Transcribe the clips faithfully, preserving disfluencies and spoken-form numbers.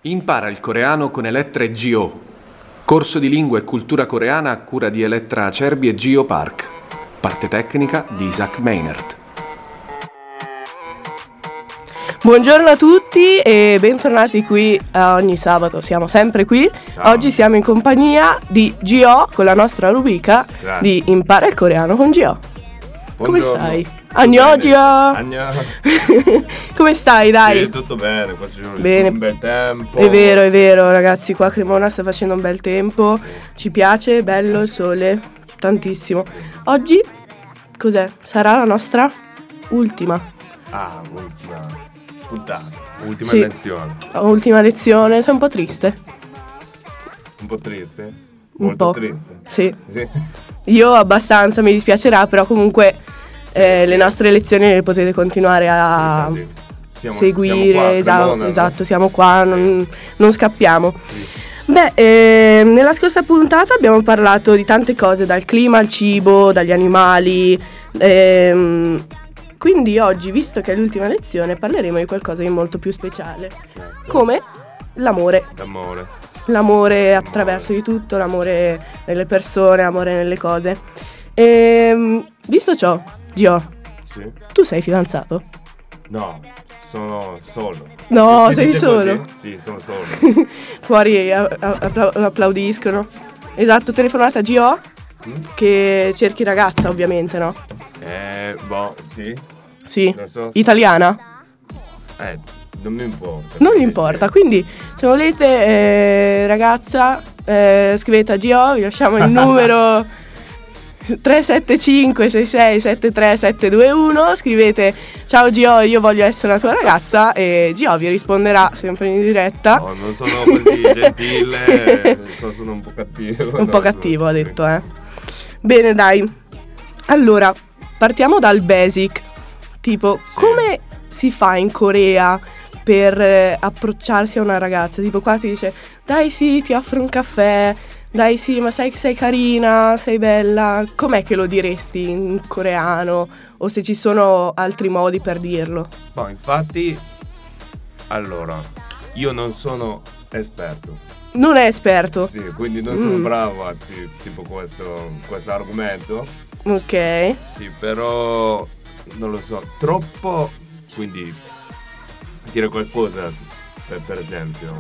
Impara il coreano con Elettra e Gio. Corso di lingua e cultura coreana a cura di Elettra Acerbi e Gio Park. Parte tecnica di Isaac Meinert. Buongiorno a tutti e bentornati qui a ogni sabato, siamo sempre qui. Ciao. Oggi siamo in compagnia di Gio con la nostra rubrica Grazie. di Impara il coreano con Gio. Come Buongiorno. stai? Tutto Annyeong, bene. Gio! Annyeong. Come stai, dai? Sì, tutto bene, questi giorni Bene. un bel tempo. È vero, è vero, ragazzi, qua a Cremona sta facendo un bel tempo, ci piace, bello il sole, tantissimo. Oggi, cos'è? Sarà la nostra ultima, Ah, ultima puntata, ultima Sì. lezione. ultima lezione, sei un po' triste? Un po' triste? Un Molto po'. triste. Sì. Sì. Io abbastanza, mi dispiacerà, però comunque eh, le nostre lezioni le potete continuare a Sì, siamo, seguire, siamo qua a esa- Cremona, no? esatto, siamo qua, Sì. non, non scappiamo. Sì. Beh, eh, nella scorsa puntata abbiamo parlato di tante cose, dal clima al cibo, dagli animali, ehm, quindi oggi, visto che è l'ultima lezione, parleremo di qualcosa di molto più speciale, Certo. come l'amore. L'amore. L'amore attraverso di tutto, l'amore nelle persone, l'amore nelle cose. Ehm, visto ciò, Gio, Sì. tu sei fidanzato? No, sono solo. No, Si sei dice solo? così? Sì, sono solo. Fuori a- a- appla- applaudiscono. Esatto, telefonata a Gio, Mm? che cerchi ragazza ovviamente, no? Eh, boh, sì. Sì, Non so. italiana? Eh, non mi importa. Non gli quindi importa, sì. quindi se volete eh, ragazza eh, scrivete a Gio, vi lasciamo il numero tre sette cinque sei sei sette tre sette due uno, scrivete ciao Gio, io voglio essere la tua ragazza e Gio vi risponderà sempre in diretta. No, non sono così gentile, sono, sono un po' cattivo. Un no, po' cattivo, no, ha sì. detto, eh. Bene, dai. Allora, partiamo dal basic. Tipo, Sì. come si fa in Corea per eh, approcciarsi a una ragazza? Tipo, qua ti dice, dai sì, ti offro un caffè. Dai sì, ma sai che sei carina, sei bella. Com'è che lo diresti in coreano? O se ci sono altri modi per dirlo? Boh, infatti, allora, io non sono esperto. Non è esperto. Sì, quindi non sono Mm. bravo a ti- tipo questo, questo argomento. Ok. Sì, però non lo so, troppo, quindi dire qualcosa, per, per esempio,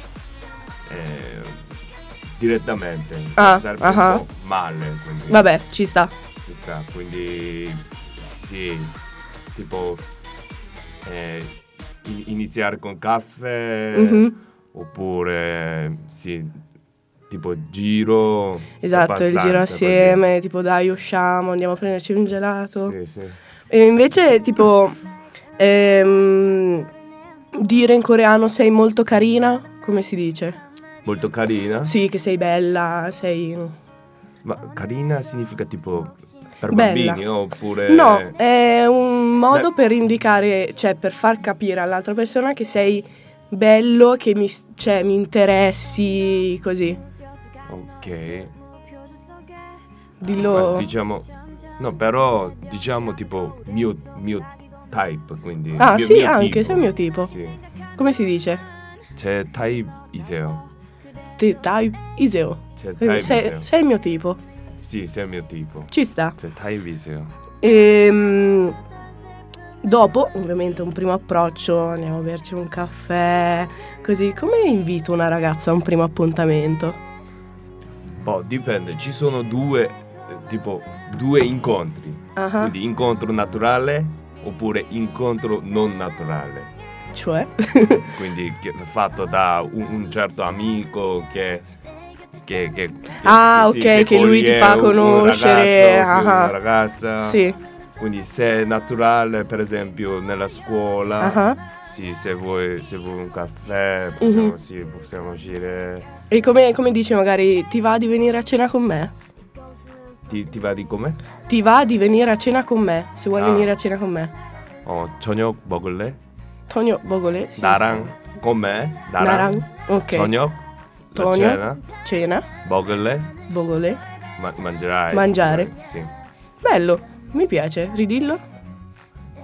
eh, direttamente, Ah, serve ah. un po' male. Quindi, Vabbè, ci sta. ci sta, quindi sì, tipo eh, i- iniziare con caffè, Mhm. oppure sì, tipo giro. Esatto, il giro abbastanza assieme, tipo dai usciamo, andiamo a prenderci un gelato. così. Sì, sì. E invece tipo ehm, dire in coreano sei molto carina, come si dice? Molto carina. Sì, che sei bella, sei... Ma carina significa tipo per Bella. bambini oppure... No, è un modo Beh. per indicare, cioè per far capire all'altra persona che sei bello, che mi, cioè, mi interessi, così. Ok. Dillo... Ma diciamo... No, però diciamo tipo mio, mio type, quindi... Ah, mio- sì, mio anche, tipo. sei il mio tipo. Sì. Come si dice? C'è type이세요. Ti- Dai, Iseo. C'è Sei, type이세요. sei il mio tipo. Sì, sei il mio tipo. Ci sta. C'è type이세요. Ehm, dopo, ovviamente, un primo approccio, andiamo a berci un caffè, così. Come invito una ragazza a un primo appuntamento? Boh, dipende. Ci sono due, eh, tipo, due incontri. Ah, Quindi incontro naturale oppure incontro non naturale. cioè? Quindi che- fatto da un, un certo amico che, che, che- che- Ah, sì, ok, che lui ti è fa un- conoscere, un ragazzo, sì, ah. una ragazza. Sì. Quindi se è naturale, per esempio nella scuola, Ah. sì, se vuoi, se vuoi un caffè, possiamo, Mhm. sì, possiamo uscire. E come, come dici magari, ti va di venire a cena con me? Ti, ti va di come? Ti va di venire a cena con me, se vuoi Ah. venire a cena con me. 어, 저녁 먹을래? Tonio Bogole, sì. 나랑 con me? 나랑, Naran, ok. 저녁? Tonio. cena? Cena, 먹을래? Bogole. Ma- mangerai. Mangiare. Sì. Bello, mi piace, ridillo.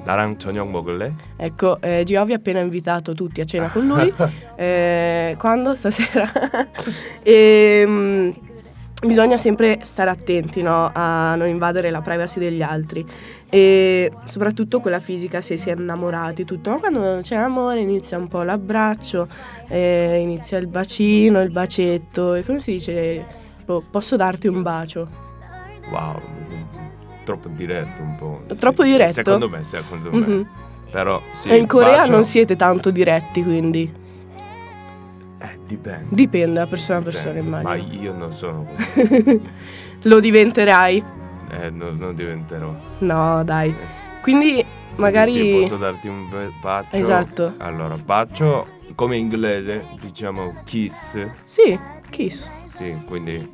나랑 저녁 먹을래? Ecco, eh, Gio vi ha appena invitato tutti a cena con lui. eh, quando? Stasera. e, mh, bisogna sempre stare attenti, no? A non invadere la privacy degli altri. E soprattutto quella fisica, se si è innamorati, tutto. Ma quando c'è amore inizia un po' l'abbraccio, eh, inizia il bacino, il bacetto. E come si dice? Tipo, posso darti un bacio? Wow, troppo diretto un po'. Troppo sì, diretto? Secondo me, secondo me. Mm-hmm. Però sì, e in Corea bacio... non siete tanto diretti, quindi eh, dipende. Dipende da persona a persona, Dipende. immagino. Ma io non sono così. Lo diventerai? Eh, no, non diventerò. No, dai. Quindi magari... Sì, posso darti un bacio. Esatto. Allora, bacio, come in inglese diciamo kiss. Sì, kiss. Sì, quindi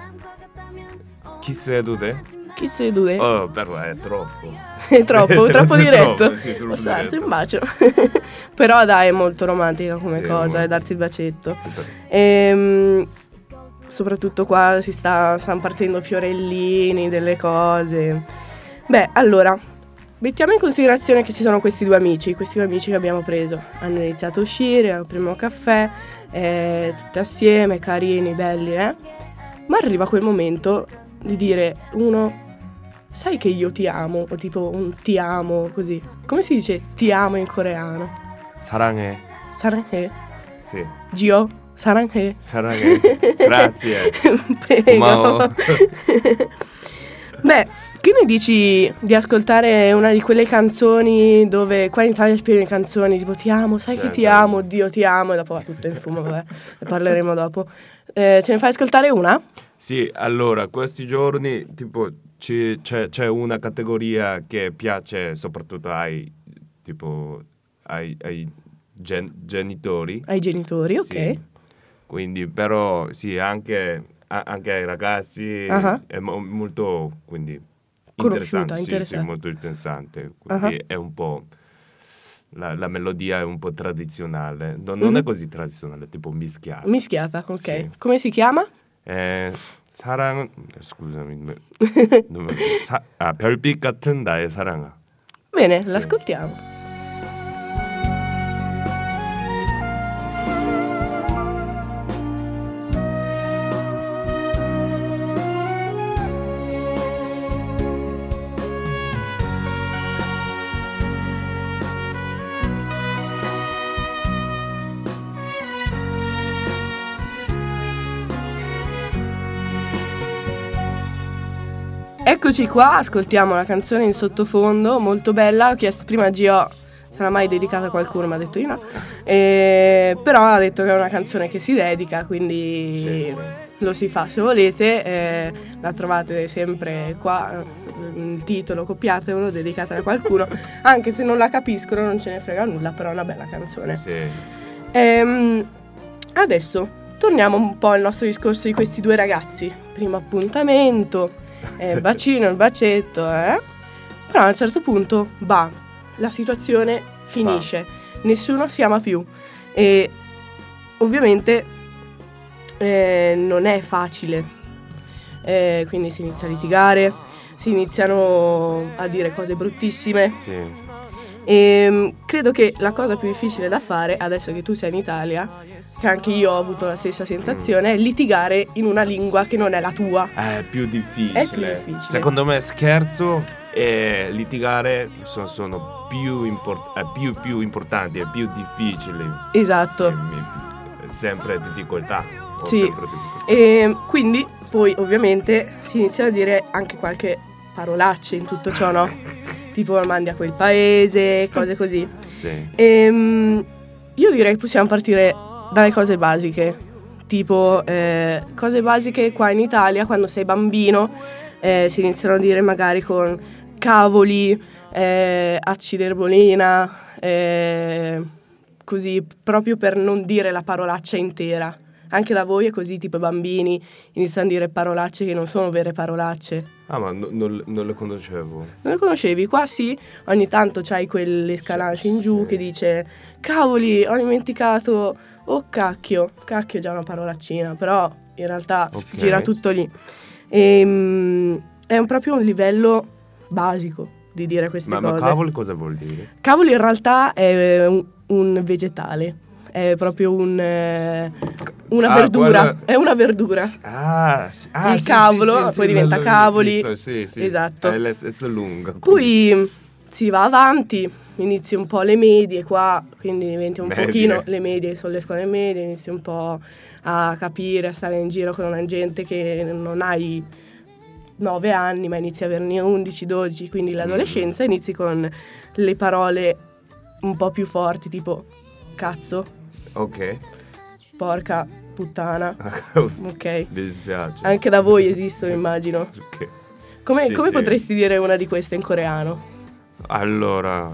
kiss 해도 돼? Kiss e due. Oh, però è troppo. È troppo, troppo diretto. Troppo, sì, troppo Posso darti diretto. un bacio. Però dai, è molto romantica come Sì, cosa, molto. è darti il bacetto. Ehm, soprattutto qua si sta, stanno partendo fiorellini, delle cose. Beh, allora, mettiamo in considerazione che ci sono questi due amici, questi due amici che abbiamo preso. Hanno iniziato a uscire al primo caffè, eh, tutti assieme, carini, belli, eh. Ma arriva quel momento di dire uno... Sai che io ti amo, o tipo un ti amo, così. Come si dice ti amo in coreano? 사랑해. 사랑해. Sì. Gio, 사랑해. 사랑해. Grazie. Prego. 고마워. Beh, che ne dici di ascoltare una di quelle canzoni dove qua in Italia spiegano canzoni tipo ti amo, sai che Certo. ti amo, Dio ti amo, e dopo va tutto in fumo, vabbè, ne parleremo dopo. Eh, ce ne fai ascoltare una? Sì, allora, questi giorni tipo ci- c'è, c'è una categoria che piace soprattutto ai tipo ai, ai gen- genitori. Ai genitori, ok. Sì. Quindi però sì, anche, a- anche ai ragazzi Ah. è mo- molto quindi Conosciuta, interessante, sì, interessante. sì, molto interessante. Quindi Ah. è un po' la, la melodia è un po' tradizionale. Non, non Mhm. è così tradizionale, tipo mischiata. Mischiata, ok. Sì. Come si chiama? 에, 사랑 scusami non- non- 사, 아, 별빛 같은 나의 사랑아. Bene, Sì. l'ascoltiamo. Eccoci qua, ascoltiamo la canzone in sottofondo, molto bella. Ho chiesto prima a Gio se l'ha mai dedicata a qualcuno, mi ha detto di no. E, però ha detto che è una canzone che si dedica, quindi Sì, lo si fa se volete. Eh, la trovate sempre qua, eh, il titolo, copiatevelo, dedicata a qualcuno. Anche se non la capiscono non ce ne frega nulla, però è una bella canzone. Sì. Ehm, adesso torniamo un po' al nostro discorso di questi due ragazzi. Primo appuntamento, eh, il bacino, il bacetto, eh? Però a un certo punto, bah, la situazione finisce, nessuno si ama più e ovviamente eh, non è facile, eh, quindi si inizia a litigare, si iniziano a dire cose bruttissime. Sì. E credo che la cosa più difficile da fare, adesso che tu sei in Italia, che anche io ho avuto la stessa sensazione, è litigare in una lingua che non è la tua. È più difficile. È più difficile. Secondo me scherzo e litigare sono, sono più, import- eh, più, più importanti e più difficili. Esatto. Sì, mi- sempre difficoltà. Ho Sì. sempre difficoltà. E quindi poi ovviamente si iniziano a dire anche qualche parolacce in tutto ciò, no? Tipo mandi a quel paese, cose così. Sì. Ehm, io direi che possiamo partire dalle cose basiche, tipo eh, cose basiche qua in Italia quando sei bambino eh, si iniziano a dire magari con cavoli, eh, acciderbolina, eh, così proprio per non dire la parolaccia intera. Anche da voi è così, tipo i bambini iniziano a dire parolacce che non sono vere parolacce. Ah, ma no- non, non le conoscevo. Non le conoscevi? Qua sì, ogni tanto c'hai quell'escalance in giù Sì. che dice cavoli, ho dimenticato, oh cacchio, cacchio è già una parolaccina, però in realtà Ok. gira tutto lì. E, mm, è un- proprio un livello basico, di dire queste ma, cose. Ma cavoli cosa vuol dire? Cavoli in realtà è un, un vegetale, è proprio un, eh, una Ah, verdura, guarda- è una verdura. Ah, sì, ah, Il sì, cavolo, sì, sì, poi sì, diventa l'ho cavoli. visto, sì, sì. Esatto. È la stessa lunga. quindi. Poi si va avanti, inizi un po' le medie qua, quindi diventi un Medie. pochino, le medie sono le scuole medie, inizi un po' a capire, a stare in giro con una gente che non hai nove anni, ma inizi a averne undici dodici, quindi l'adolescenza, Mm. inizi con le parole un po' più forti, tipo cazzo, Ok. porca, puttana, ok? Mi dispiace. Anche da voi esistono, immagino. Ok. Come, Sì, come sì. potresti dire una di queste in coreano? Allora,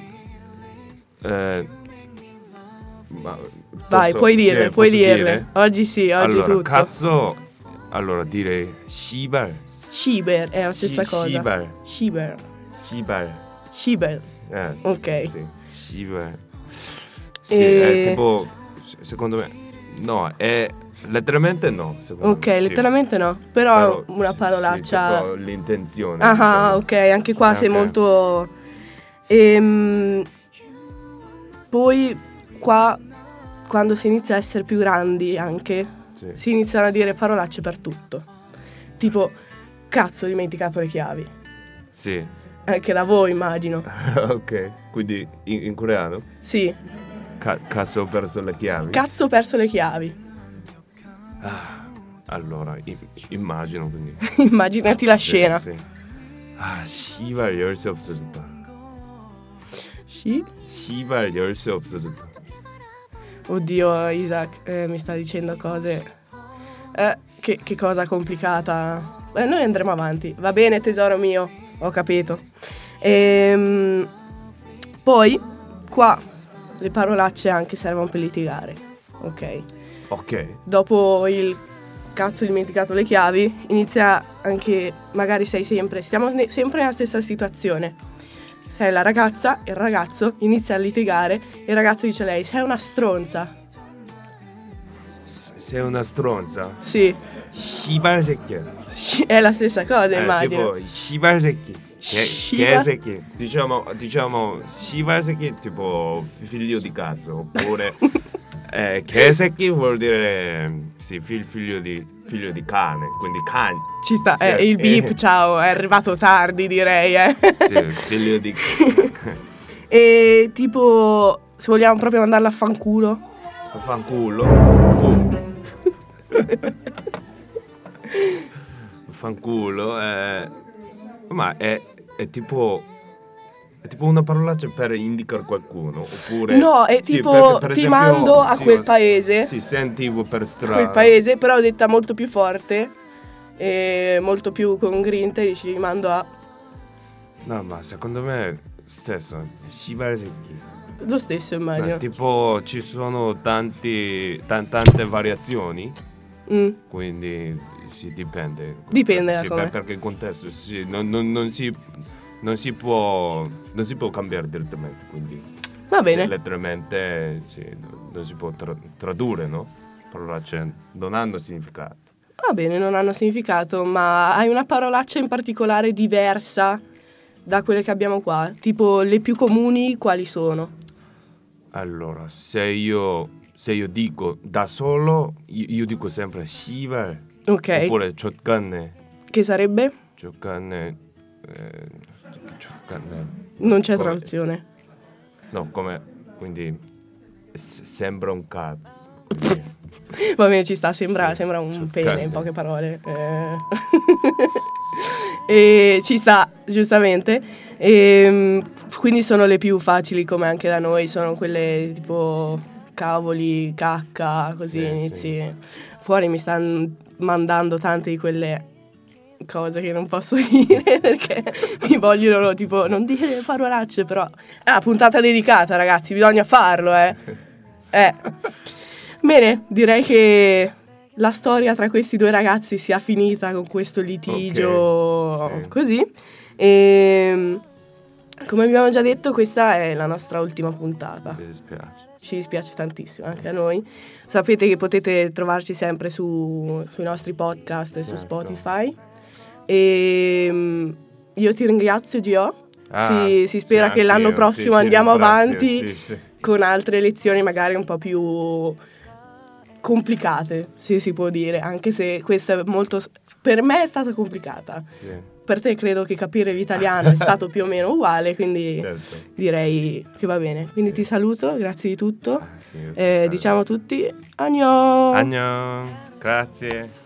eh, ma Vai, posso- puoi dirle, sì, puoi posso dirle. dire? Oggi sì, oggi allora, tutto. cazzo, allora direi shibar, Shiber è la stessa Shi- cosa. shibar. Shiber. shibar, Shiber. eh, Ok. sì, shibar. Sì, E- è tipo, se- secondo me, no, è letteralmente no, secondo Ok, me, sì. letteralmente no. Però, Però, una sì, parolaccia. sì, tipo l'intenzione. Ah, diciamo. ok, anche qua sei Ok. molto. Ehm, poi qua quando si inizia a essere più grandi anche Sì. si iniziano a dire parolacce per tutto. Tipo cazzo, ho dimenticato le chiavi. Sì. Anche da voi, immagino. Ok, quindi in, in coreano? Sì, Ca- cazzo ho perso le chiavi? cazzo ho perso le chiavi. allora, i- immagino quindi. Immaginati la scena. Sì, sì. 아, 씨발 열쇠 없어졌다. Sì? 씨발 열쇠 없어졌다. Oddio, Isaac, eh, mi sta dicendo cose. Eh, che, che cosa complicata. Eh, noi andremo avanti. Va bene, tesoro mio, ho capito. Ehm, poi, qua, le parolacce anche servono per litigare. Ok. Ok. Dopo il cazzo ho dimenticato le chiavi, inizia anche, magari sei sempre, stiamo ne- sempre nella stessa situazione. Sei la ragazza, il ragazzo inizia a litigare, il ragazzo dice a lei, sei una stronza. S- sei una stronza. Sì, 씨발 새끼야. Sì, è la stessa cosa, Eh, immagino. tipo 씨발 새끼. Che, Shiba- che 새끼. Diciamo, diciamo 씨발 새끼 tipo figlio di cazzo oppure eh, che 새끼 vuol dire sì, fig- figlio di figlio di cane, quindi cane. Ci sta, Sì, eh, il eh. beep, ciao, è arrivato tardi, direi, eh. Sì, figlio di E tipo, se vogliamo proprio mandarla a fanculo, fanculo. Uh. Fanculo eh, ma è, è tipo è tipo una parolaccia per indicare qualcuno oppure No, è sì, tipo, perché, per ti esempio, mando a sì, quel ma- paese. sì, sentivo per strada quel paese, però detta molto più forte e molto più con grinta, e dici li mando a no ma secondo me stesso 씨발 새끼. lo stesso, immagino. Eh, tipo ci sono tanti tan- tante variazioni Mm. quindi sì, dipende. Dipende da Sì, come. per- perché il contesto sì, non, non- non si, non si può non si può cambiare direttamente, quindi Va bene. sì, letteralmente sì, non non si può tra- tradurre, no? Parolacce non hanno significato. Va bene, non hanno significato, ma hai una parolaccia in particolare diversa da quelle che abbiamo qua? Tipo le più comuni quali sono? Allora, se io se io dico da solo, io, io dico sempre 씨발 Ok, oppure 족같네, che sarebbe? 족같네, eh, 족같네. Non c'è Come- traduzione. No, come quindi s- sembra un cazzo. Va bene, ci sta, sembra, Sì, sembra un cioè, pene cane. in poche parole. Eh. E ci sta, giustamente. E, quindi sono le più facili, come anche da noi, sono quelle tipo cavoli, cacca, così Sì, inizi. sì. Fuori mi stanno mandando tante di quelle cose che non posso dire perché mi vogliono tipo non dire parolacce, però è una puntata dedicata, ragazzi, bisogna farlo, eh. Eh. Bene, direi che la storia tra questi due ragazzi sia finita con questo litigio, Ok, sì. così. E come abbiamo già detto, questa è la nostra ultima puntata. Mi dispiace. Ci dispiace tantissimo anche a noi. Sapete che potete trovarci sempre su, sui nostri podcast e su Certo. Spotify. E mm, io ti ringrazio, Gio. Ah, si, si spera sì, che l'anno anch'io, prossimo ti- ti andiamo ringrazio, avanti sì, sì. con altre lezioni magari un po' più complicate, se si può dire, anche se questa è molto, per me è stata complicata. Sì, Per te credo che capire l'italiano è stato più o meno uguale, quindi certo. direi che va bene. Quindi ti saluto, grazie di tutto. Anch'io ti Eh, saluto. diciamo a tutti, annyeong! Annyeong, grazie.